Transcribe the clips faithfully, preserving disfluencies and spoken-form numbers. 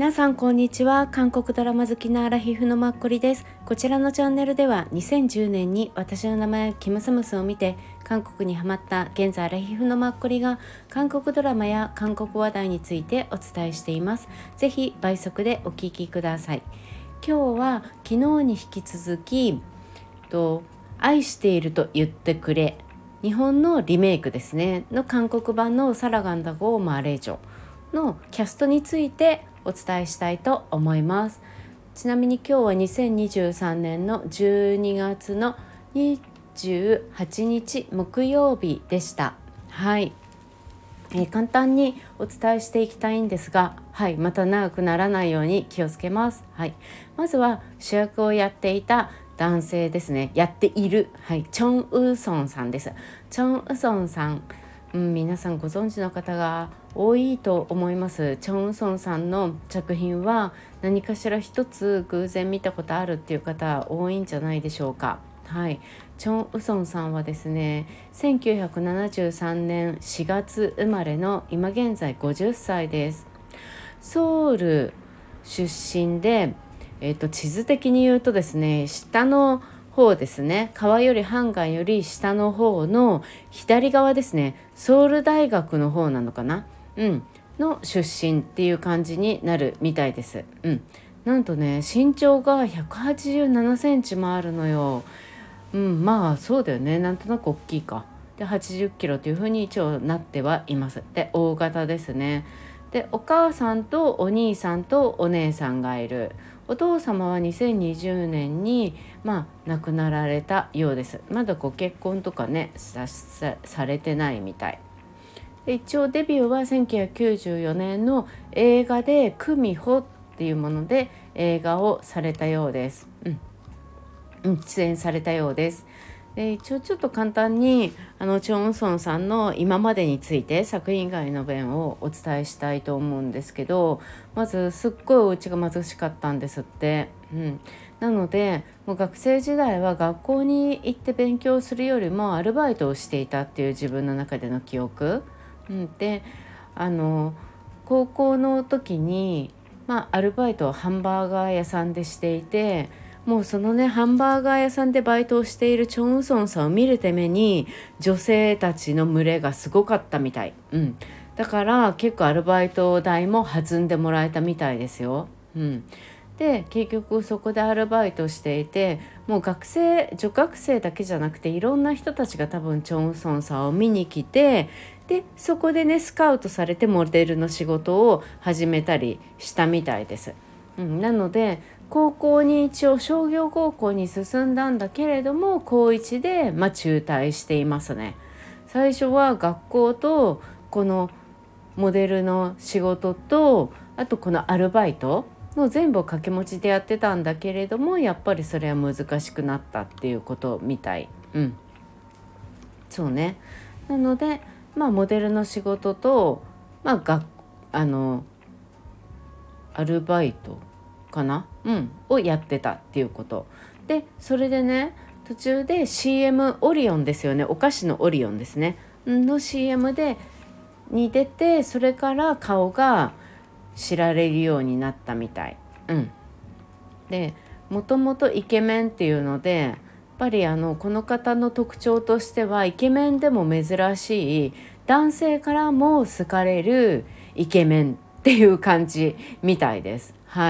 皆さんこんにちは。韓国ドラマ好きなアラヒフのマッコリです。こちらのチャンネルではにせんじゅうねんに私の名前キムサムスを見て韓国にハマった現在アラヒフのマッコリが韓国ドラマや韓国話題についてお伝えしています。ぜひ倍速でお聞きください。今日は昨日に引き続きと愛していると言ってくれ、日本のリメイクですねの韓国版のサラガンダゴーマーレージョのキャストについてお伝えしたいと思います。ちなみに今日はにせんにじゅうさんねんのじゅうにがつのにじゅうはちにち木曜日でした。はい、えー、簡単にお伝えしていきたいんですが、はい、また長くならないように気をつけます。はい、まずは主役をやっていた男性ですね。やっている、はい、チョン・ウーソンさんです。チョン・ウソンさん、うん、皆さんご存知の方が多いと思います。チョン・ウソンさんの作品は何かしら一つ偶然見たことあるっていう方多いんじゃないでしょうか。はい、チョン・ウソンさんはですね、せんきゅうひゃくななじゅうさんねんしがつ生まれの今現在ごじゅっさいです。ソウル出身で、えーと、地図的に言うとですね、下の方ですね、川よりハンガンより下の方の左側ですね、ソウル大学の方なのかな、うん、の出身っていう感じになるみたいです。うん、なんとね、身長がひゃくはちじゅうななセンチもあるのよ。うん、まあそうだよね、なんとなく大きいか。ではちじゅっキロというふうに一応なってはいます。で大型ですね。でお母さんとお兄さんとお姉さんがいる。お父様はにせんにじゅうねんに、まあ、亡くなられたようです。まだご結婚とかね さ, さ, されてないみたいで、一応デビューはせんきゅうひゃくきゅうじゅうよねんの映画でクミホっていうもので映画をされたようです。うん出演されたようです。で一応ちょっと簡単にあのチョン・ウソンさんの今までについて作品外の弁をお伝えしたいと思うんですけど、まずすっごいお家が貧しかったんですって、うん、なのでもう学生時代は学校に行って勉強するよりもアルバイトをしていたっていう自分の中での記憶、うん、であの高校の時に、まあ、アルバイトをハンバーガー屋さんでしていて、もうそのねハンバーガー屋さんでバイトをしているチョン・ウソンさんを見るために女性たちの群れがすごかったみたい、うん、だから結構アルバイト代も弾んでもらえたみたいですよ。うん、で結局そこでアルバイトしていて、もう学生女学生だけじゃなくていろんな人たちが多分チョン・ウソンさんを見に来て、でそこでねスカウトされてモデルの仕事を始めたりしたみたいです。うん、なので高校に一応商業高校に進んだんだけれども高いちで、まあ、中退していますね。最初は学校とこのモデルの仕事とあとこのアルバイトの全部を掛け持ちでやってたんだけれども、やっぱりそれは難しくなったっていうことみたい。うんそうね。なのでまあモデルの仕事と、まあ、学あのアルバイトかな、うん、をやってたっていうことで、それでね途中で シーエム オリオンですよね、お菓子のオリオンですねの シーエム でに出て、それから顔が知られるようになったみたい。うん、でもともとイケメンっていうので、やっぱりあのこの方の特徴としてはイケメンでも珍しい男性からも好かれるイケメンっていう感じみたいです。はい、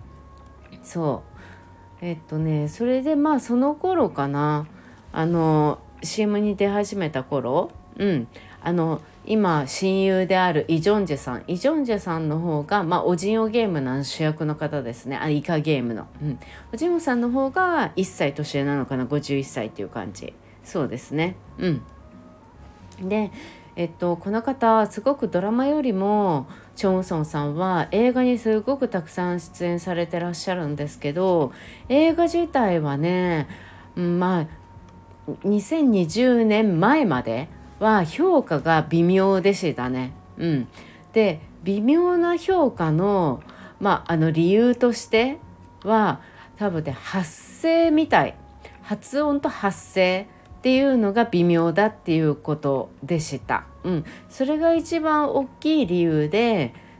そうえっとねそれでまあその頃かな、あの シーエム に出始めた頃、うんあの今親友であるイ・ジョンジェさんイ・ジョンジェさんの方が、まあ、オジンオゲームの主役の方ですね、あイカゲームの、うん、オジンオさんの方がいっさい年上なのかな、ごじゅういっさいっていう感じ。そうですね。うんでえっと、この方すごくドラマよりもチョン・ウソンさんは映画にすごくたくさん出演されてらっしゃるんですけど、映画自体はね、うん、まあにせんにじゅうねんまえまでは評価が微妙でしたね。うん、で微妙な評価の、まあ、あの理由としては多分で発声みたい、発音と発声っていうのが微妙だっていうことでした。うん、それが一番大きい理由で、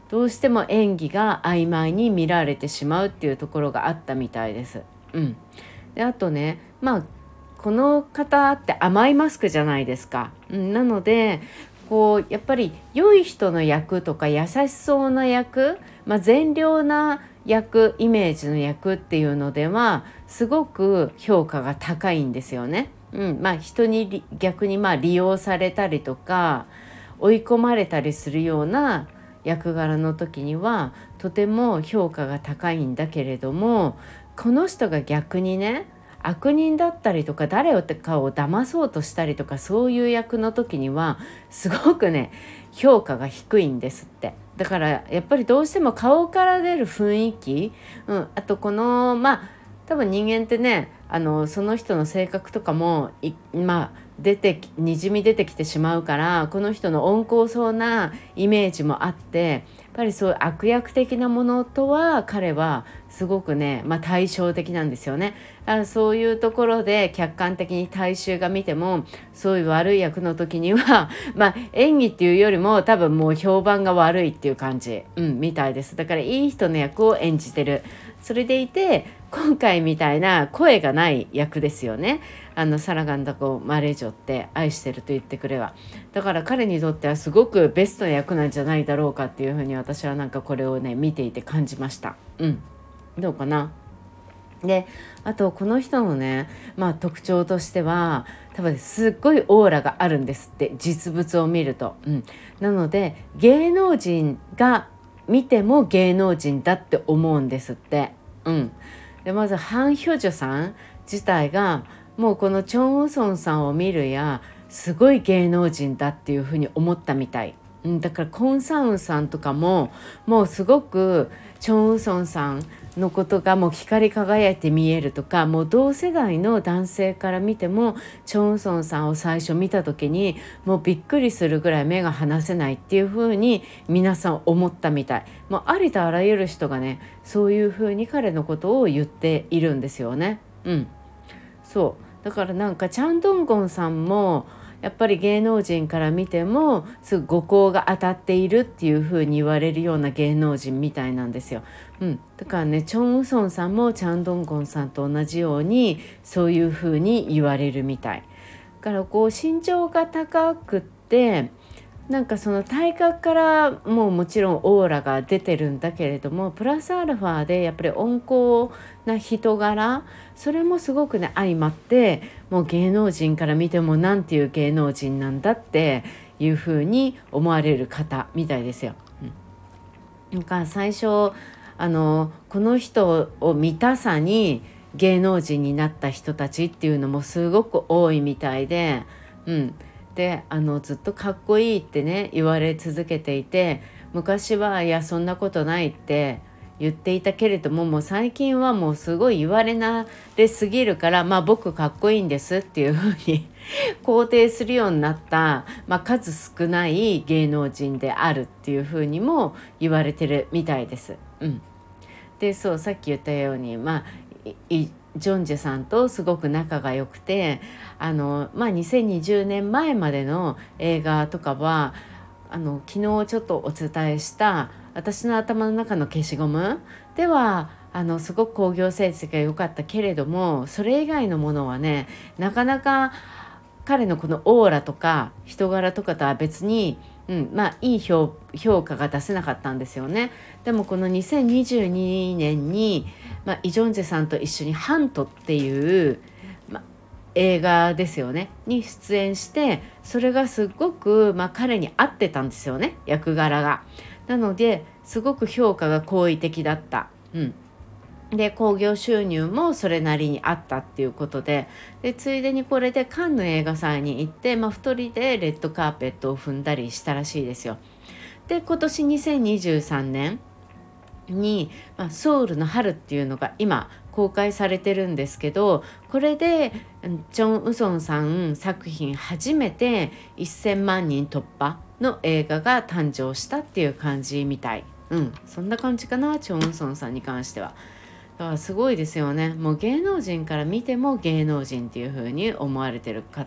どうしても演技が曖昧に見られてしまうっていうところがあったみたいです。うん、であとね、まあこの方って甘いマスクじゃないですか。うん、なのでこうやっぱり良い人の役とか優しそうな役、まあ、善良な役イメージの役っていうのではすごく評価が高いんですよね。うんまあ、人に逆にまあ利用されたりとか追い込まれたりするような役柄の時にはとても評価が高いんだけれども、この人が逆にね悪人だったりとか誰かを騙そうとしたりとかそういう役の時にはすごくね評価が低いんですって。だからやっぱりどうしても顔から出る雰囲気、うん、あとこのまあ多分人間ってねあのその人の性格とかもいまあ出てにじみ出てきてしまうから、この人の温厚そうなイメージもあって、やっぱりそういう悪役的なものとは彼はすごくね、まあ、対照的なんですよね。あそういうところで客観的に大衆が見てもそういう悪い役の時にはまあ演技っていうよりも多分もう評判が悪いっていう感じ、うん、みたいです。だからいい人の役を演じてる。それでいて今回みたいな声がない役ですよね。あのサラガンダコマレージョって愛してると言ってくれば、だから彼にとってはすごくベストな役なんじゃないだろうかっていうふうに私はなんかこれをね見ていて感じました。うん、どうかな。であとこの人のね、まあ、特徴としては多分すっごいオーラがあるんですって、実物を見ると、うん、なので芸能人が見ても芸能人だって思うんですって、うん、でまずハン・ヒョジョさん自体がもうこのチョン・ウソンさんを見るやすごい芸能人だっていうふうに思ったみたい。うん、だからコン・サウンさんとかももうすごくチョン・ウソンさんのことがもう光り輝いて見えるとか、もう同世代の男性から見てもチョン・ウソンさんを最初見た時にもうびっくりするぐらい目が離せないっていう風に皆さん思ったみたい。もうありとあらゆる人がねそういう風に彼のことを言っているんですよね。うん、そうだからなんかチャン・ドンゴンさんもやっぱり芸能人から見てもすぐ後光が当たっているっていう風に言われるような芸能人みたいなんですよ。うん、だからねチョン・ウソンさんもチャン・ドンゴンさんと同じようにそういう風に言われるみたい。だからこう身長が高くってなんかその体格からもうもちろんオーラが出てるんだけれども、プラスアルファでやっぱり温厚な人柄、それもすごくね相まって、もう芸能人から見てもなんていう芸能人なんだっていうふうに思われる方みたいですよ。うん、なんか最初あのこの人を見たさに芸能人になった人たちっていうのもすごく多いみたいで、うんであのずっとかっこいいってね言われ続けていて、昔はいやそんなことないって言っていたけれども、もう最近はもうすごい言われ慣れすぎるから、まあ僕かっこいいんですっていうふうに肯定するようになった、まあ、数少ない芸能人であるっていうふうにも言われてるみたいです。うん、でそうさっき言ったようにまあいジョンジェさんとすごく仲が良くて、あの、まあ、にせんにじゅうねんまえまでの映画とかはあの昨日ちょっとお伝えした私の頭の中の消しゴムではあのすごく興行成績が良かったけれども、それ以外のものはねなかなか彼のこのオーラとか人柄とかとは別に、うん、まあいい 評, 評価が出せなかったんですよね。でもこのにせんにじゅうにねんに、まあ、イ・ジョンジェさんと一緒にハントっていう、まあ、映画ですよねに出演して、それがすごく、まあ、彼に合ってたんですよね、役柄が。なのですごく評価が好意的だった。うんで興行収入もそれなりにあったっていうことで、でついでにこれでカンヌ映画祭に行って、まあ、一人でレッドカーペットを踏んだりしたらしいですよ。で今年にせんにじゅうさんねんに、まあ、ソウルの春っていうのが今公開されてるんですけど、これでチョン・ウソンさん作品初めてせんまんにん突破の映画が誕生したっていう感じみたい。うん、そんな感じかな、チョン・ウソンさんに関しては。だからすごいですよね。もう芸能人から見ても芸能人っていう風に思われてる方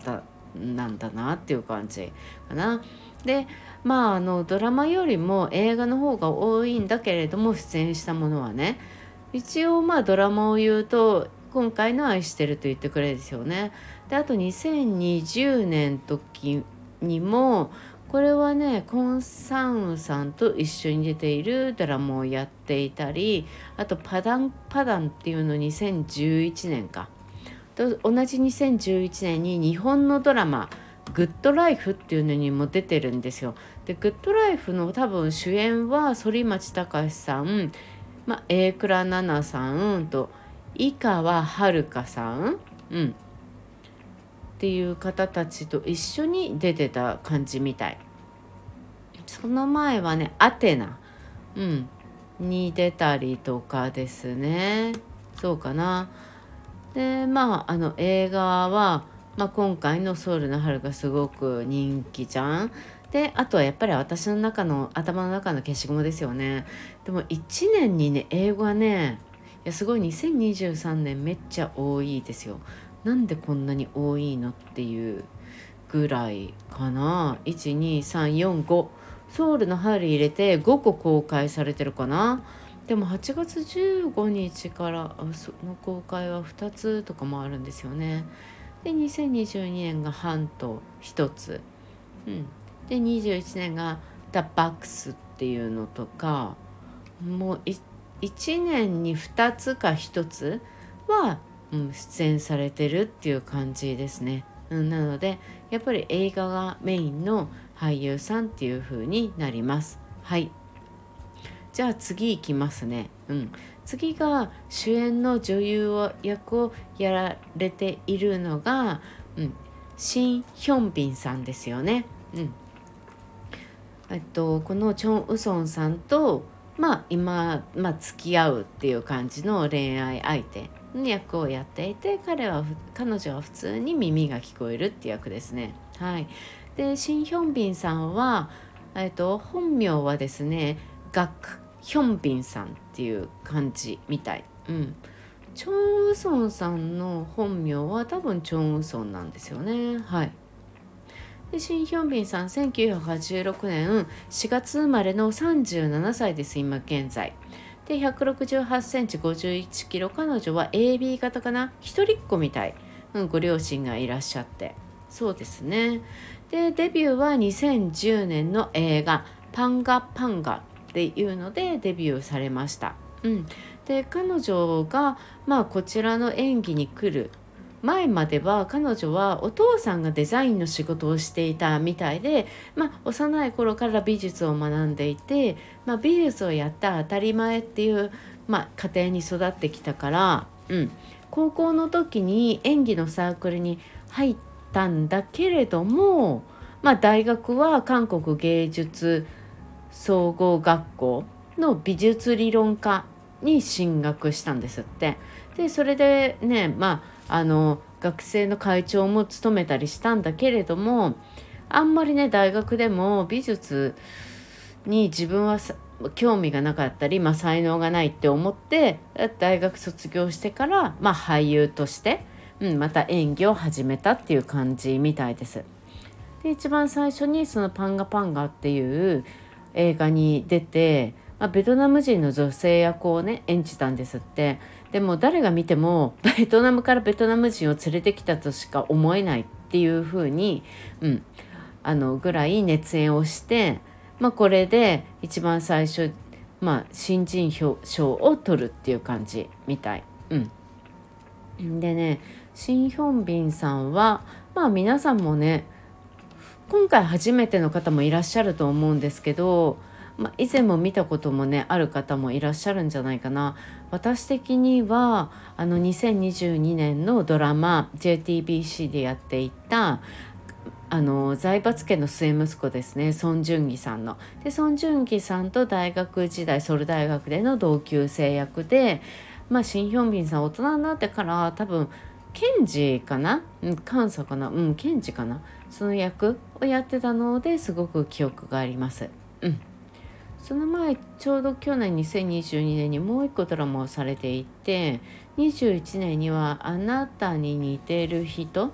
なんだなっていう感じかな。でまああのドラマよりも映画の方が多いんだけれども、出演したものはね、一応まあドラマを言うと今回の愛してると言ってくれですよね。であとにせんにじゅうねん時にも、これはねコン・サンウさんと一緒に出ているドラマをやっていたり、あとパダンパダンっていうのにせんじゅういちねんかと、同じにせんじゅういちねんに日本のドラマグッドライフっていうのにも出てるんですよ。でグッドライフの多分主演は反町隆史さん、まあ、榮倉奈々さんと井川遥さん、うん、っていう方たちと一緒に出てた感じみたい。その前はねアテナ、うん、に出たりとかですね。そうかな。でまああの映画は、まあ、今回のソウルの春がすごく人気じゃん。であとはやっぱり私の中の頭の中の消しゴムですよね。でもいちねんにね英語はね、いやすごいにせんにじゅうさんねんめっちゃ多いですよ。なんでこんなに多いのっていうぐらいかな。いちにさんよんご、ソウルの春入れてごこ公開されてるかな。でもはちがつじゅうごにちからその公開はふたつとかもあるんですよね。でにせんにじゅうにねんが半とひとつ、うん、でにじゅういちねんが The Box っていうのとか、もういちねんにふたつかひとつは、うん、出演されてるっていう感じですね。うん、なのでやっぱり映画がメインの俳優さんっていう風になります。はい、じゃあ次いきますね。うん、次が主演の女優役をやられているのが、うん、シン・ヒョンビンさんですよね。うん、えっとこのチョン・ウソンさんとまあ今、まあ、付き合うっていう感じの恋愛相手の役をやっていて、彼は彼女は普通に耳が聞こえるっていう役ですね。はい、でシン・ヒョンビンさんは、えっと、本名はですねガク・ヒョンビンさんっていう感じみたい。うん、チョン・ウソンさんの本名は多分チョン・ウソンなんですよね。はい。でシン・ヒョンビンさんせんきゅうひゃくはちじゅうろくねんしがつ生まれのさんじゅうななさいです。今現在でひゃくろくじゅうはちセンチごじゅういちキロ、彼女は エービー 型かな、一人っ子みたい、うん、ご両親がいらっしゃって、そうですね。でデビューはにせんじゅうねんの映画パンガパンガっていうのでデビューされました。うん、で彼女が、まあ、こちらの演技に来る前までは彼女はお父さんがデザインの仕事をしていたみたいで、まあ、幼い頃から美術を学んでいて、まあ、美術をやった当たり前っていう、まあ、家庭に育ってきたから、うん、高校の時に演技のサークルに入ったんだけれども、まあ、大学は韓国芸術総合学校の美術理論科に進学したんですって。でそれでね、まああの学生の会長も務めたりしたんだけれども、あんまりね大学でも美術に自分は興味がなかったり、まあ、才能がないって思って大学卒業してから、まあ、俳優として、うん、また演技を始めたっていう感じみたいです。で一番最初にそのパンガパンガっていう映画に出て、まあ、ベトナム人の女性役をね演じたんですって。でも誰が見てもベトナムからベトナム人を連れてきたとしか思えないっていう風に、うん、あのぐらい熱演をして、まあ、これで一番最初、まあ、新人賞を取るっていう感じみたい。うん、でねシン・ヒョンビンさんは、まあ、皆さんもね今回初めての方もいらっしゃると思うんですけど、まあ、以前も見たこともねある方もいらっしゃるんじゃないかな。私的にはあのにせんにじゅうにねんのドラマ ジェイティービーシー でやっていたあの財閥家の末息子ですね、ソン・ジュンギさんの。でソン・ジュンギさんと大学時代ソウル大学での同級生役で、まあ、シン・ヒョンビンさん大人になってから多分検事かな、うん、監査かな、うん、検事かな、その役をやってたのですごく記憶があります。うん、その前ちょうど去年にせんにじゅうにねんにもう一個ドラマをされていて、にじゅういちねんにはあなたに似てる人っ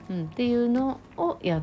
うん、っていうのをやって、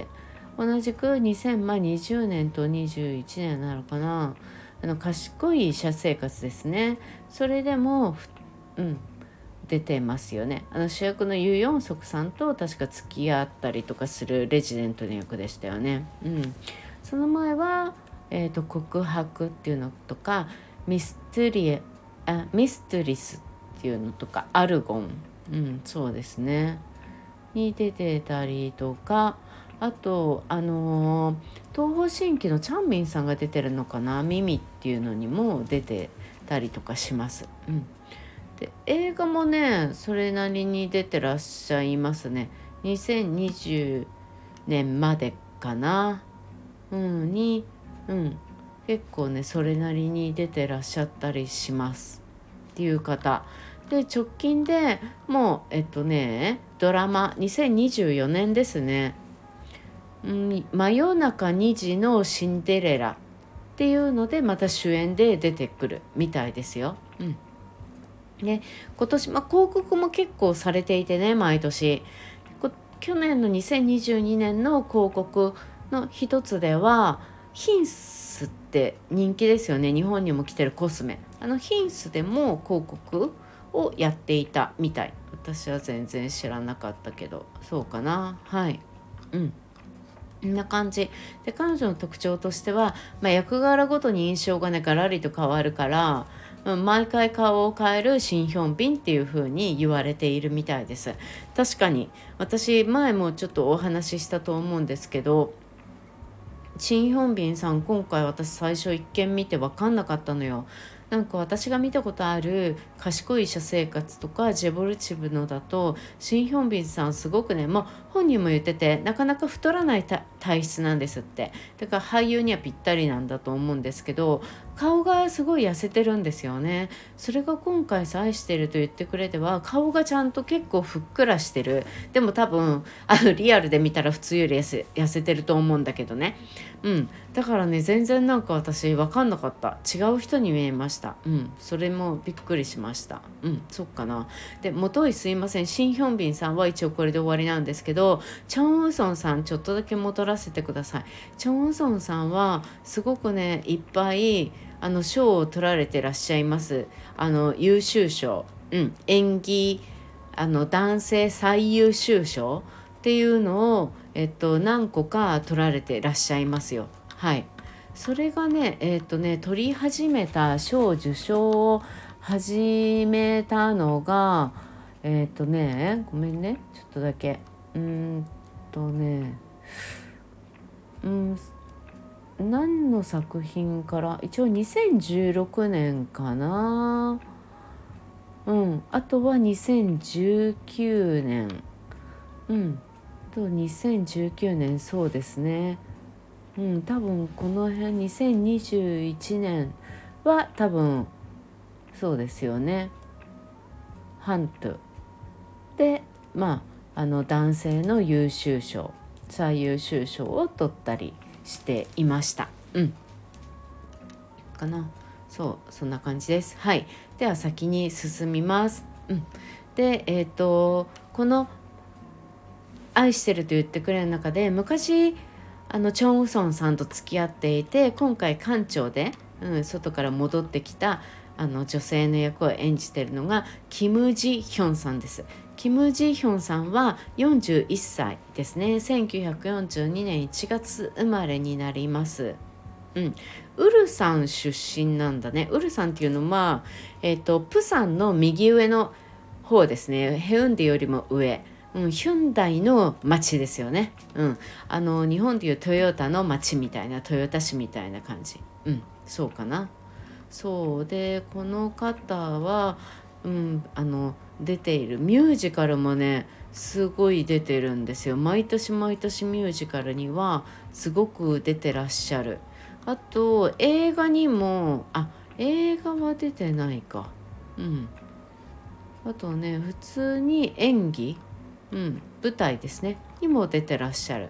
同じくにせんにじゅうねんとにじゅういちねんなのかな、あの賢い社生活ですね。それでも、うん、出てますよね。あの主役のユ・ヨンソクさんと確か付き合ったりとかするレジデントの役でしたよね。うん、その前は、えーと、告白っていうのとかミステリあミステリスっていうのとかアルゴン、うん、そうですねに出てたりとか、あとあのー東方神起のチャンミンさんが出てるのかな、ミミっていうのにも出てたりとかします。うん、で映画もねそれなりに出てらっしゃいますね。にせんにじゅうねんまでかな、うん、に、うん、結構ねそれなりに出てらっしゃったりしますっていう方で、直近でもうえっとねドラマにせんにじゅうよねんですね、うん、真夜中にじのシンデレラっていうのでまた主演で出てくるみたいですよ。うんね、今年、まあ、広告も結構されていてね、毎年去年のにせんにじゅうにねんの広告の一つではヒンスって人気ですよね。日本にも来てるコスメ、あのヒンスでも広告をやっていたみたい。私は全然知らなかったけど、そうかな。はい、うんこんな感じで、彼女の特徴としては、まあ、役柄ごとに印象がねガラリと変わるから、うん、毎回顔を変えるシン・ヒョンビンっていう風に言われているみたいです。確かに私前もちょっとお話ししたと思うんですけど、シン・ヒョンビンさん今回私最初一見見て分かんなかったのよ。なんか私が見たことある賢い社生活とかジェボルチブのだとシン・ヒョンビンさんすごくね、まあ、本人も言っててなかなか太らない体質なんですって。だから俳優にはぴったりなんだと思うんですけど、顔がすごい痩せてるんですよね。それが今回愛してると言ってくれては顔がちゃんと結構ふっくらしてる。でも多分あのリアルで見たら普通より痩せ、痩せてると思うんだけどね。うん、だからね全然なんか私分かんなかった。違う人に見えました。うん、それもびっくりしました。うん、そっかな。で、元井すいません、シン・ヒョンビンさんは一応これで終わりなんですけど、チョン・ウソンさんちょっとだけ戻らせてください。チョン・ウソンさんはすごくねいっぱいあの賞を取られてらっしゃいます。あの優秀賞、うん、演技あの男性最優秀賞っていうのを、えっと、何個か取られてらっしゃいますよ。はい。それがね、えっとね、取り始めた賞受賞を始めたのが、えっとね、ごめんね、ちょっとだけ。うーんとね、うん、何の作品から一応にせんじゅうろくねんかな。うん、あとはにせんじゅうきゅうねん、うんとにせんじゅうきゅうねん、そうですね。うん、多分この辺にせんにじゅういちねんは多分そうですよね。ハントで、まあ、あの男性の優秀賞最優秀賞を取ったりしていました。うんかな。そうそんな感じです。はい、では先に進みます。うん、でえっ、ー、とこの愛してると言ってくれる中で昔あのチョン・ウソンさんと付き合っていて、今回館長で、うん、外から戻ってきたあの女性の役を演じているのがキム・ジヒョンさんです。キム・ジヒョンさんはよんじゅういっさいですね。せんきゅうひゃくよんじゅうにねんいちがつ生まれになります。うん、ウルサン出身なんだね。ウルサンっていうのは、えーと、プサンの右上の方ですね。ヘウンデよりも上、うん、ヒュンダイの町ですよね。うん、あの日本でいうトヨタの町みたいな、トヨタ市みたいな感じ。うん、そうかな。そうでこの方は、うん、あの出ているミュージカルもねすごい出てるんですよ。毎年毎年ミュージカルにはすごく出てらっしゃる。あと映画にもあ映画は出てないか。うんあとね普通に演技、うん、舞台ですねにも出てらっしゃる。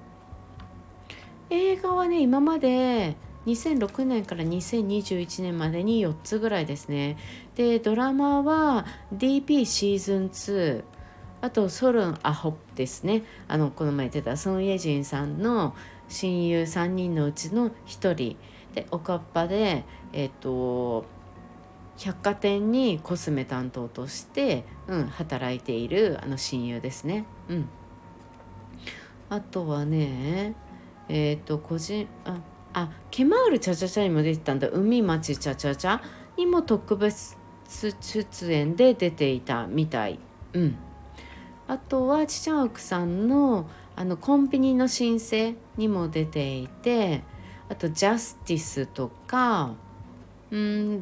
映画はね今までにせんろくねんからにせんにじゅういちねんまでによっつぐらいですね。でドラマは ディーピー シーズンツあとソルン・アホプですね。あのこの前言ってたソン・イェジンさんの親友さんにんのうちのひとりで、おかっぱで、えっと百貨店にコスメ担当として、うん、働いているあの親友ですね。うん、あとはね、えっ、と個人ああケマールチャチャチャにも出てたんだ。海町チャチャチャにも特別出演で出ていたみたい。うん。あとはチチャンウクさんのあのコンビニの申請にも出ていて、あとジャスティスとか、うん、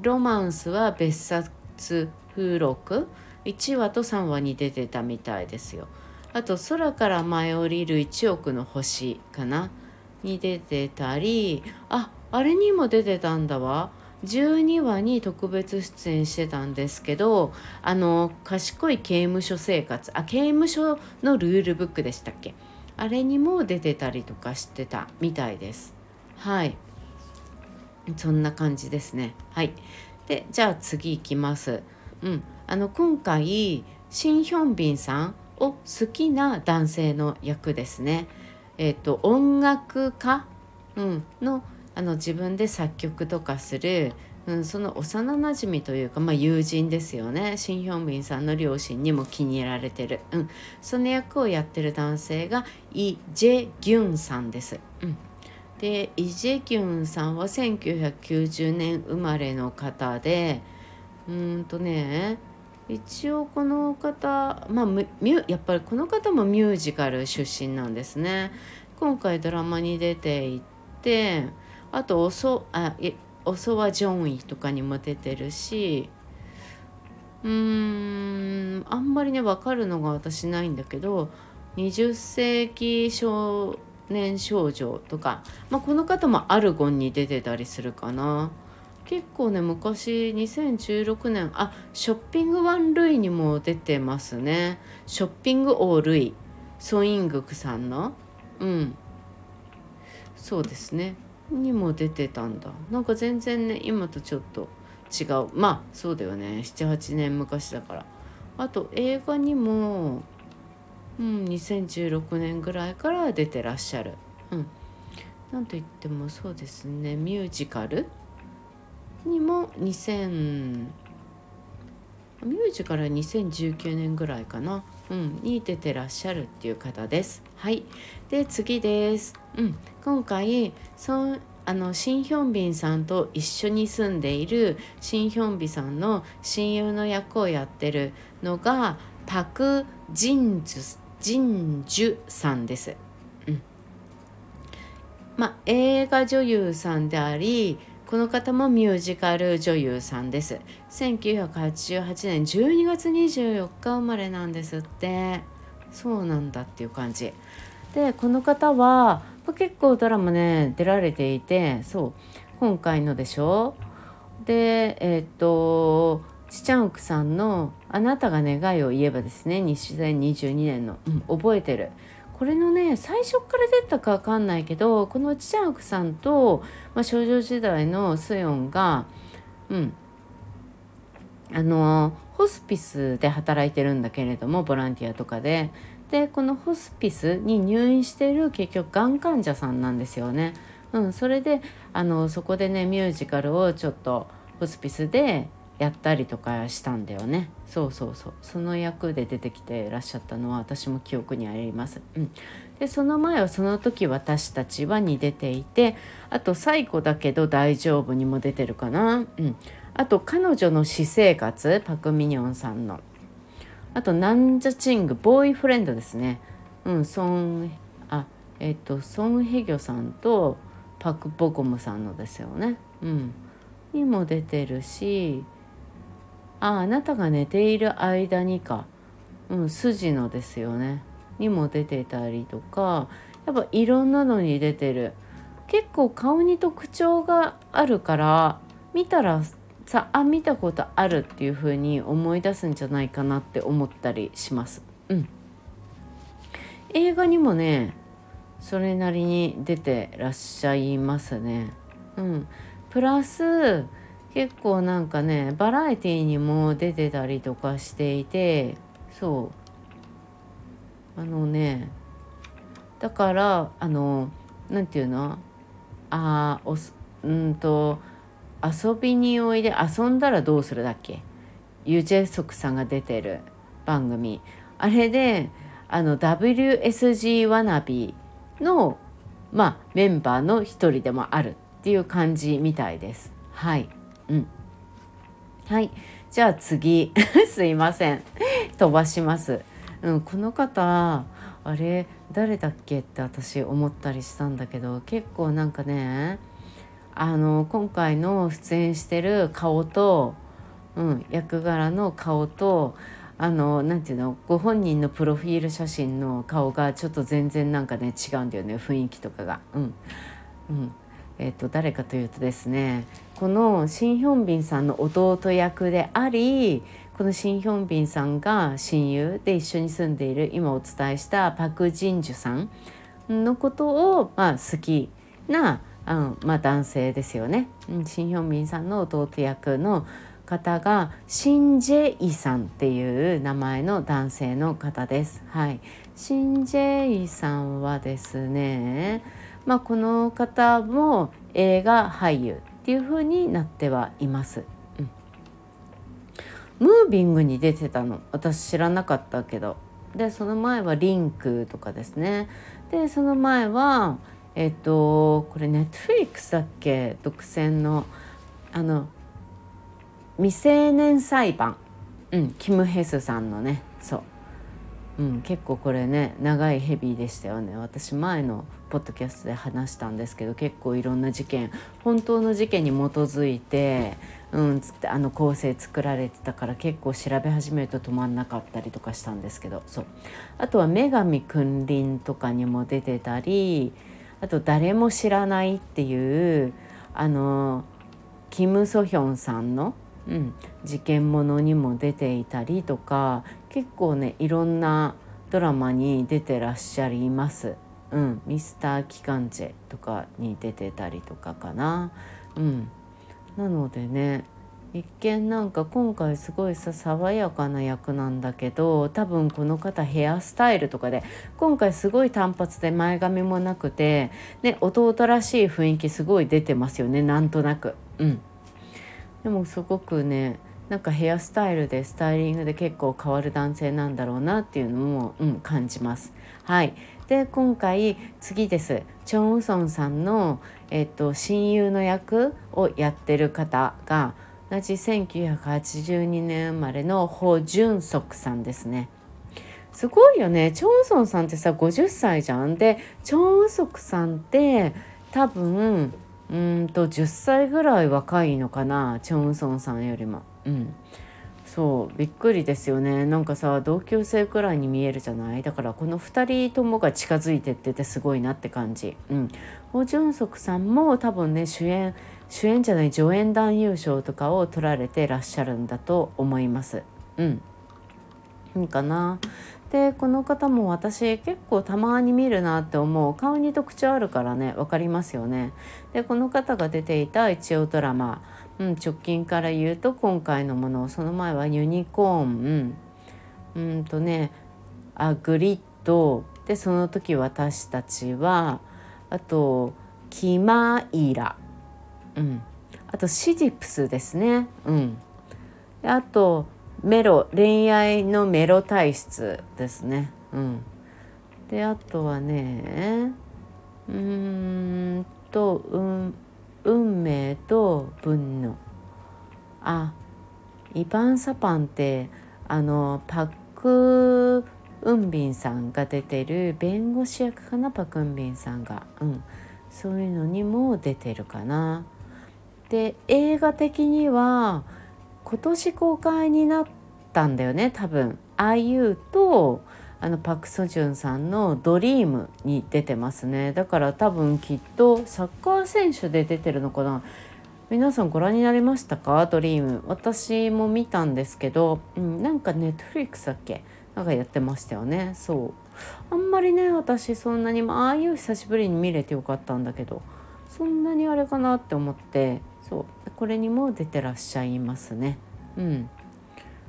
ロマンスは別冊付録いちわとさんわに出てたみたいですよ。あと空から舞い降りるいちおくの星かなに出てたり、ああれにも出てたんだわ。じゅうにわに特別出演してたんですけど、あの賢い刑務所生活、あ刑務所のルールブックでしたっけ、あれにも出てたりとかしてたみたいです。はい、そんな感じですね。はい。で、じゃあ次いきます。うん、あの今回シン・ヒョンビンさんを好きな男性の役ですね。えっ、と音楽家、うん、のあの自分で作曲とかする、うん、その幼なじみというか、まあ、友人ですよね。シン・ヒョンビンさんの両親にも気に入られてる、うん、その役をやってる男性がイ・ジェギュンさんです。うんでイ・ジェギュンさんはせんきゅうひゃくきゅうじゅうねん生まれの方で、うーんとね一応この方、まあ、ミュやっぱりこの方もミュージカル出身なんですね。今回ドラマに出ていて、あとおそあいオソワ・ジョンイとかにも出てるし、うーんあんまりね分かるのが私ないんだけど、にじゅっせいき少年少女とか、まあ、この方もアルゴンに出てたりするかな。結構ね昔にせんじゅうろくねん、あショッピングワンルイにも出てますね。ショッピングオールイ、ソイングクさんの、うんそうですねにも出てたんだ。なんか全然ね今とちょっと違う、まあそうだよね、ななはちねん昔だから。あと映画にも、うん、にせんじゅうろくねんぐらいから出てらっしゃる。うん、なんといってもそうですね、ミュージカルにもにせんミュージカルはにせんじゅうきゅうねんぐらいかな、うん、に出てらっしゃるっていう方です。はい。で次です。うん、今回そあのシン・ヒョンビンさんと一緒に住んでいるシン・ヒョンビさんの親友の役をやってるのがパク・ジンジュジンジュさんです。うん、まあ映画女優さんであり、この方もミュージカル女優さんです。せんきゅうひゃくはちじゅうはちねんじゅうにがつにじゅうよっか生まれなんですって。そうなんだっていう感じで、この方は結構ドラマね出られていて、そう今回のでしょ。でえーっとチチャンウクさんの「あなたが願いを言えば」ですね、にせんにじゅうにねんの、うん、覚えてる。これのね最初から出たか分かんないけど、このチチャンウクさんと、まあ、少女時代のスヨンが、うんあのホスピスで働いてるんだけれども、ボランティアとかででこのホスピスに入院している結局がん患者さんなんですよね。うん、それであのそこでねミュージカルをちょっとホスピスでやったりとかしたんだよね。そうそうそう、その役で出てきていらっしゃったのは私も記憶にあります。うん、でその前はその時私たちはに出ていて、あと最後だけど大丈夫にも出てるかな。うん、あと彼女の私生活、パク・ミニョンさんの、あとナンジャチングボーイフレンドですね。うんソンあえっ、とソン・ヘギョさんとパク・ボゴムさんのですよね。うんにも出てるし、ああなたが寝ている間にか、うん筋のですよねにも出てたりとか、やっぱいろんなのに出てる。結構顔に特徴があるから見たらさあ見たことあるっていう風に思い出すんじゃないかなって思ったりします。うん、映画にもねそれなりに出てらっしゃいますね。うん、プラス結構なんかねバラエティにも出てたりとかしていて、そうあのねだからあのなんていうのあおすうんと遊びにおいで遊んだらどうするだっけ、ユジェソクさんが出てる番組、あれであの ダブリューエスジー ワナビの、まあ、メンバーの一人でもあるっていう感じみたいです。はい、うん、はい、じゃあ次すいません飛ばします、うん、この方あれ誰だっけって私思ったりしたんだけど、結構なんかねあの今回の出演してる顔と、うん、役柄の顔とあのなんていうのご本人のプロフィール写真の顔がちょっと全然なんかね違うんだよね、雰囲気とかが。うん、うんえー、と誰かというとですね、このシン・ヒョンビンさんの弟役であり、このシン・ヒョンビンさんが親友で一緒に住んでいる今お伝えしたパク・ジンジュさんのことを、まあ、好きな、うんまあ、男性ですよね。うん、シン・ヒョンビンさんの弟役の方がシン・ジェイさんっていう名前の男性の方です。はい、シン・ジェイさんはですね、まあ、この方も映画俳優っていう風になってはいます。うん、ムービングに出てたの私知らなかったけど、でその前はリンクとかですね。でその前はえっとこれネットフリックスだっけ、独占のあの未成年裁判、うん、キム・ヘスさんのね、そう、うん、結構これね長いヘビーでしたよね。私前のポッドキャストで話したんですけど、結構いろんな事件、本当の事件に基づいて、うん、つってあの構成作られてたから結構調べ始めると止まんなかったりとかしたんですけど、そうあとは女神君臨とかにも出てたり、あと誰も知らないっていうあのキム・ソヒョンさんの、うん、事件ものにも出ていたりとか、結構ねいろんなドラマに出てらっしゃいます。うん、ミスター・キカンチェとかに出てたりとかかな。うん、なのでね一見なんか今回すごいさ爽やかな役なんだけど、多分この方ヘアスタイルとかで今回すごい単発で前髪もなくて、ね、弟らしい雰囲気すごい出てますよね、なんとなく。うん、でもすごくねなんかヘアスタイルでスタイリングで結構変わる男性なんだろうなっていうのも、うん、感じます。はい、で今回次です。チョン・ウソンさんの、えっと、親友の役をやってる方が同じせんきゅうひゃくはちじゅうにねん生まれのホ・ジュンソクさんですね。すごいよね。チョン・ウソンさんってさごじゅっさいじゃん。でチョン・ウソクさんって多分うーんとじゅっさいぐらい若いのかな、チョン・ウソンさんよりも。うん、そうびっくりですよね。なんかさ同級生くらいに見えるじゃない。だからこのふたりともが近づいてっててすごいなって感じ。うん、ホ・ジュンソクさんも多分ね主演主演じゃない助演男優賞とかを取られてらっしゃるんだと思います。うん、いいかな。でこの方も私結構たまに見るなって思う顔に特徴あるからね分かりますよね。でこの方が出ていた一応ドラマ、うん、直近から言うと今回のもの、その前はユニコーン、うん、うんとねあグリッドで、その時私たちは、あとキマイラ、うん、あとシジプスですね。うん、であとメロ恋愛のメロ体質ですね。うん、であとはねうーんと、うん、運命と分のあイバン・サパンってあのパク・ウンビンさんが出てる弁護士役かな、パク・ウンビンさんが、うん、そういうのにも出てるかな。で映画的には今年公開になったんだよね多分。アイユー とあのパク・ソジュンさんのドリームに出てますね。だから多分きっとサッカー選手で出てるのかな。皆さんご覧になりましたか、ドリーム。私も見たんですけど、うん、なんかネットフリックスだっけなんかやってましたよね。そうあんまりね私そんなに、まああいう久しぶりに見れてよかったんだけど、そんなにあれかなって思って、そうこれにも出てらっしゃいますね。うん、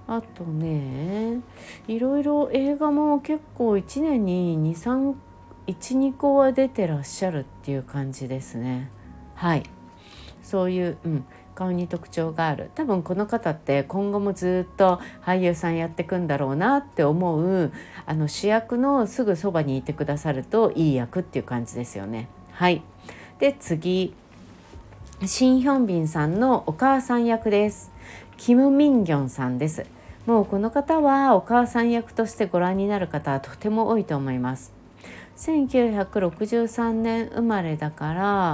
あとね、いろいろ映画も結構いちねんにに、さん、いち、にこは出てらっしゃるっていう感じですね。はい。そういう、うん、顔に特徴がある。多分この方って今後もずっと俳優さんやっていくんだろうなって思う、あの主役のすぐそばにいてくださるといい役っていう感じですよね。はい。で次、シン・ヒョンビンさんのお母さん役です。キム・ミンギョンさんです。もうこの方はお母さん役としてご覧になる方はとても多いと思います。せんきゅうひゃくろくじゅうさんねん生まれだから、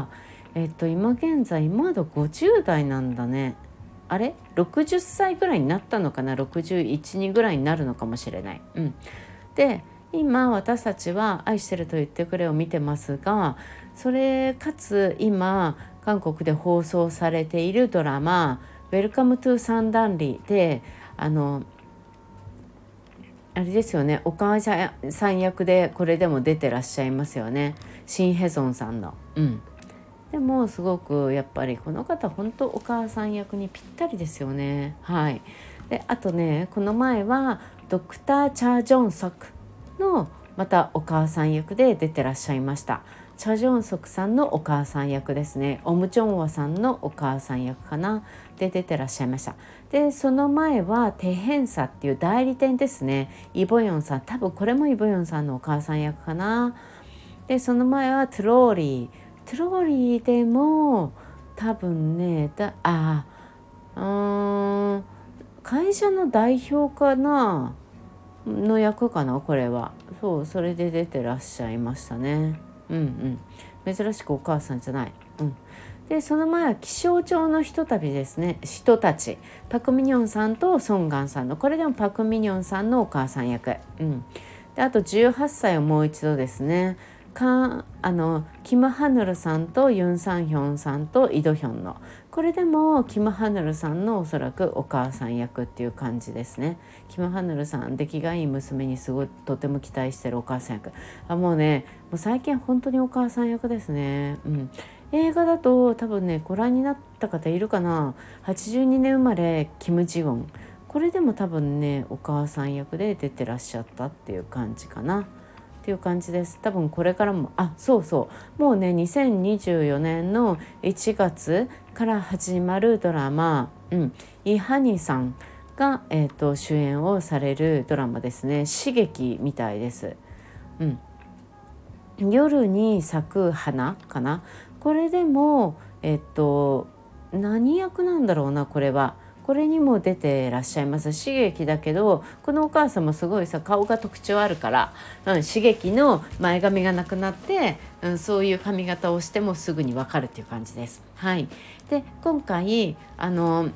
えっと今現在まだごじゅう代なんだね。あれろくじゅっさいぐらいになったのかな、ろくじゅういち、にぐらいになるのかもしれない。うん、で今私たちは愛してると言ってくれを見てますが、それかつ今韓国で放送されているドラマウェルカムトゥサンダンリで、あのあれですよね、お母さん役でこれでも出てらっしゃいますよね、シン・ヘゾンさんの。うんでもすごくやっぱりこの方本当お母さん役にぴったりですよね。はい。であとね、この前はドクター・チャ・ジョンソクのまたお母さん役で出てらっしゃいました。チャ・ジョンソクさんのお母さん役ですね。オム・チョンワさんのお母さん役かなで出てらっしゃいました。でその前はテヘンサっていう代理店ですね。イ・ボヨンさん、多分これもイ・ボヨンさんのお母さん役かな。でその前はトゥローリートゥローリーでも多分ねだあうーん会社の代表かなの役かな、これは。そうそれで出てらっしゃいましたね。うんうん珍しくお母さんじゃない。うんでその前は気象庁のひとたびですね、人たちパク・ミニョンさんとソン・ガンさんの、これでもパク・ミニョンさんのお母さん役。うんであとじゅうはっさいをもう一度ですね、かあのキム・ハヌルさんとユン・サンヒョンさんとイ・ドヒョンの、これでもキム・ハヌルさんのおそらくお母さん役っていう感じですね。キム・ハヌルさん出来がいい娘にすごいとても期待してるお母さん役。あもうねもう最近本当にお母さん役ですね。うん映画だと多分ねご覧になった方いるかな、はちじゅうにねん生まれキム・ジウォン、これでも多分ねお母さん役で出てらっしゃったっていう感じかなっていう感じです。多分これからもあそうそうもうねにせんにじゅうよねんのいちがつから始まるドラマ、うん、イ・ハニさんが、えーと、主演をされるドラマですね。刺激みたいです。うん夜に咲く花かな、これでもえっと何役なんだろうな、これはこれにも出てらっしゃいます。刺激だけどこのお母さんもすごいさ顔が特徴あるから、うん、刺激の前髪がなくなって、うん、そういう髪型をしてもすぐにわかるっていう感じです。はい、で今回あの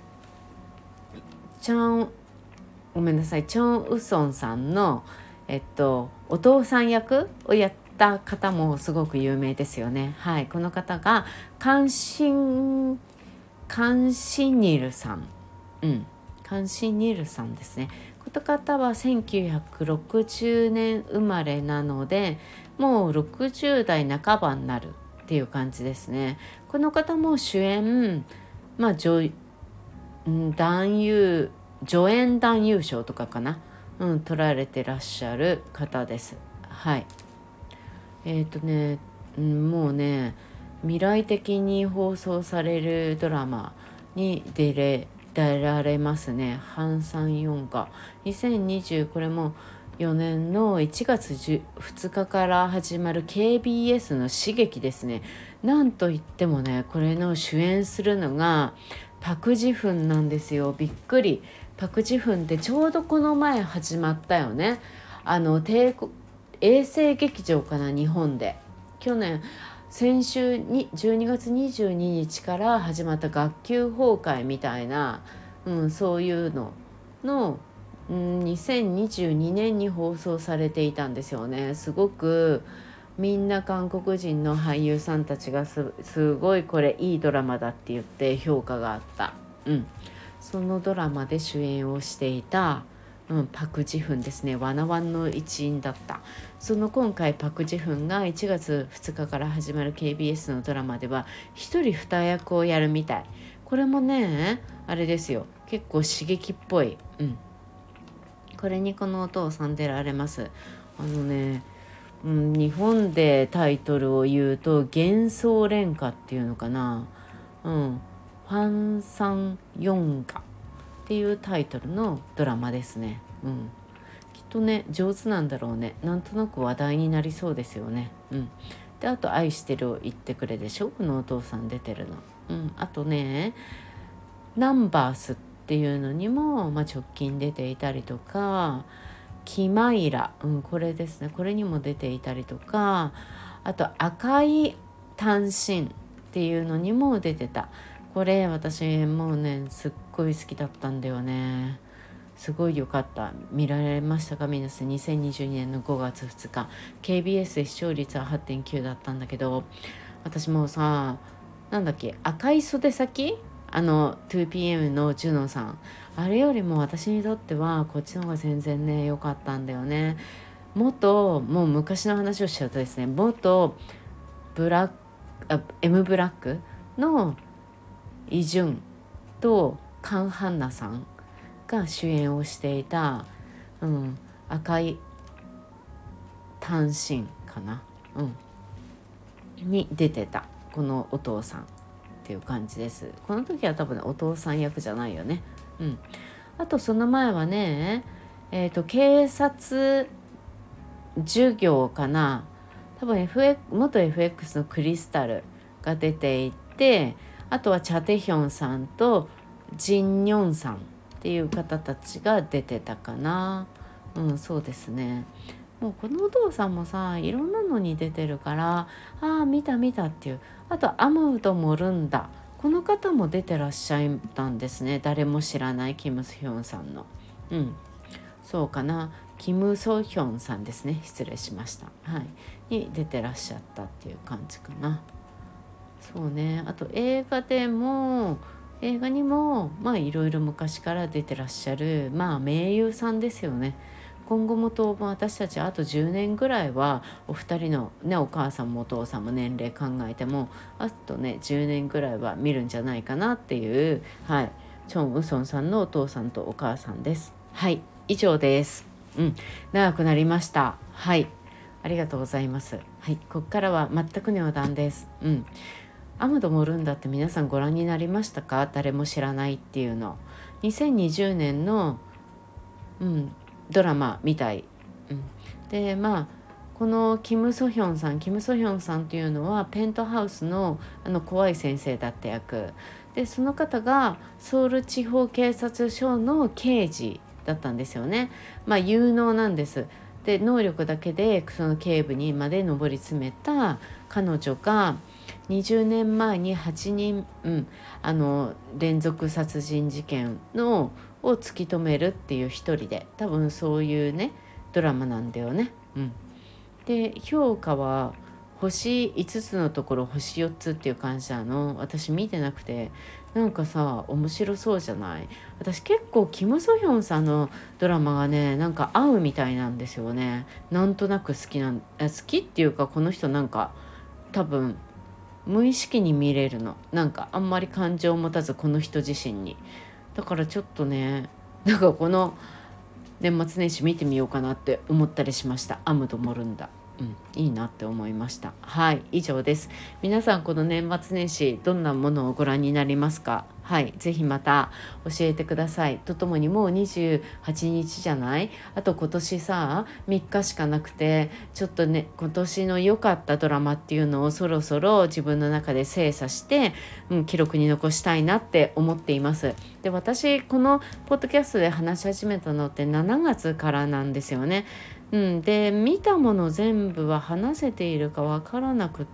チョンごめんなさいチョン・ウソンさんの、えっと、お父さん役をやった方もすごく有名ですよね。はい、この方がカンシンカンシニルさん、うん、カンシニルさんですね。この方はせんきゅうひゃくろくじゅうねん生まれなのでもうろくじゅう代半ばになるっていう感じですね。この方も主演、まあ女男優助演男優賞とかかな、うん、取られてらっしゃる方です。はいえっ、ー、とね、うん、もうね未来的に放送されるドラマに出れ出られますね。ハンサンヨンがにせんにじゅうこれもよねんのいちがつふつかから始まる ケービーエス の刺激ですね。なんといってもねこれの主演するのがパクジフンなんですよ。びっくり。パクジフンってちょうどこの前始まったよね。あの帝国衛星劇場かな、日本で去年先週にじゅうにがつにじゅうににちから始まった学級崩壊みたいな、うん、そういうのの、うん、にせんにじゅうにねんに放送されていたんですよね。すごくみんな韓国人の俳優さんたちが す, すごいこれいいドラマだって言って評価があった、うん、そのドラマで主演をしていた、うん、パクジフンですね。ワナワンの一員だった。その今回パクジフンがいちがつふつかから始まる ケービーエス のドラマでは一人二役をやるみたい。これもねあれですよ、結構刺激っぽい、うん、 これにこのお父さん出られます。あのね、うん、日本でタイトルを言うと幻想連歌っていうのかな、うん、ファンサンヨンガっていうタイトルのドラマですね。うん、きっとね上手なんだろうね。なんとなく話題になりそうですよね。うん、であと愛してるを言ってくれでしょ、このお父さん出てるの。うん、あとねナンバースっていうのにも、まあ、直近出ていたりとか、キマイラ、うん、これですね、これにも出ていたりとか、あと赤い単身っていうのにも出てた。これ私もうねすっごい好きだったんだよね。すごい良かった。見られましたか皆さん。にせんにじゅうにねんのごがつふつか ケービーエス で視聴率は はってんきゅう だったんだけど、私もうさ、なんだっけ、赤い袖先、あの ツーピーエム のジュノさん、あれよりも私にとってはこっちの方が全然ね良かったんだよね。元、もう昔の話をしちゃうとですね、元ブラックあ M ブラックのイ・ジュンとカン・ハンナさんが主演をしていた、うん、赤い単身かな、うん、に出てたこのお父さんっていう感じです。この時は多分、ね、お父さん役じゃないよね。うん、あとその前はね、えーと、警察授業かな、多分 エフエックス 元 エフエックス のクリスタルが出ていて、あとはチャテヒョンさんとジンニョンさんっていう方たちが出てたかな。うん、そうですね。もうこのお父さんもさ、いろんなのに出てるから、ああ見た見たっていう。あとアムド・モルンダ、この方も出てらっしゃったんですね。誰も知らないキム・スヒョンさんの、うん、そうかな、キム・ソヒョンさんですね、失礼しました、はい、に出てらっしゃったっていう感じかな。そうね、あと映画でも映画にもまあいろいろ昔から出てらっしゃる、まあ名優さんですよね。今後も当分私たちあとじゅうねんぐらいはお二人のね、お母さんもお父さんも年齢考えてもあとねじゅうねんぐらいは見るんじゃないかなっていう、はい、チョン・ウソンさんのお父さんとお母さんです。はい、以上です。うん、長くなりました。はい、ありがとうございます。はい、ここからは全くの余談です。うん、アムド・モルンダって皆さんご覧になりましたか？誰も知らないっていうの。にせんにじゅうねんの、うん、ドラマみたい。うん、でまあこのキム・ソヒョンさんキム・ソヒョンさんっていうのはペントハウスのあの怖い先生だった役で、その方がソウル地方警察署の刑事だったんですよね。まあ有能なんです。で能力だけでその警部にまで上り詰めた彼女がにじゅうねんまえにはちにん、うん、あの連続殺人事件のを突き止めるっていう一人で、多分そういうねドラマなんだよね。うん、で評価は星いつつのところ星よっつっていう感じなの。私見てなくて、なんかさ面白そうじゃない？私結構キム・ソヒョンさんのドラマがねなんか合うみたいなんですよね。なんとなく好きなん好きっていうか、この人なんか多分無意識に見れるの。なんかあんまり感情を持たず、この人自身に。だからちょっとね、なんかこの年末年始見てみようかなって思ったりしました。アムド・モルンダ。うん、いいなって思いました。はい、以上です。皆さんこの年末年始どんなものをご覧になりますか？はい、ぜひまた教えてください。とともにもうにじゅうはちにちじゃない？あと今年さみっかしかなくて、ちょっとね今年の良かったドラマっていうのをそろそろ自分の中で精査して、うん、記録に残したいなって思っています。で私このポッドキャストで話し始めたのってしちがつからなんですよね。うん、で見たもの全部は話せているかわからなくって、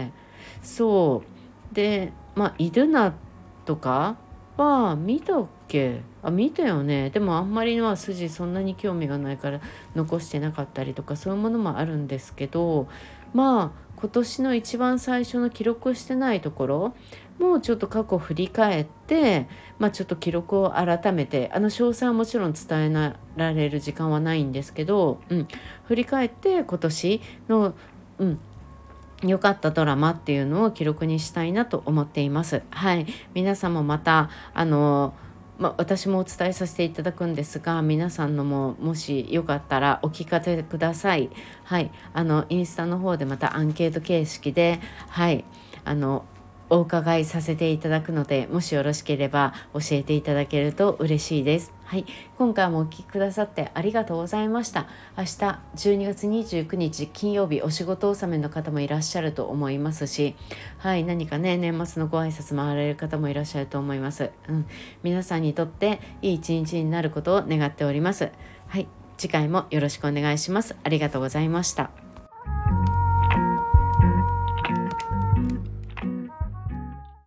そうでまあイルナとかは見たっけ？あ、見たよね。でもあんまりのは筋そんなに興味がないから残してなかったりとか、そういうものもあるんですけど、まあ今年の一番最初の記録してないところもうちょっと過去を振り返って、まあ、ちょっと記録を改めて、あの詳細はもちろん伝えられる時間はないんですけど、うん、振り返って今年の、うん、良かったドラマっていうのを記録にしたいなと思っています。はい、皆さんもまたあのまあ、私もお伝えさせていただくんですが、皆さんのももしよかったらお聞かせください。はい、あのインスタの方でまたアンケート形式で、はい、あのお伺いさせていただくので、もしよろしければ教えていただけると嬉しいです。はい、今回もお聞きくださってありがとうございました。明日じゅうにがつにじゅうくにち金曜日、お仕事納めの方もいらっしゃると思いますし、はい、何かね、年末のご挨拶回られる方もいらっしゃると思います。うん、皆さんにとっていい一日になることを願っております。はい、次回もよろしくお願いします。ありがとうございました。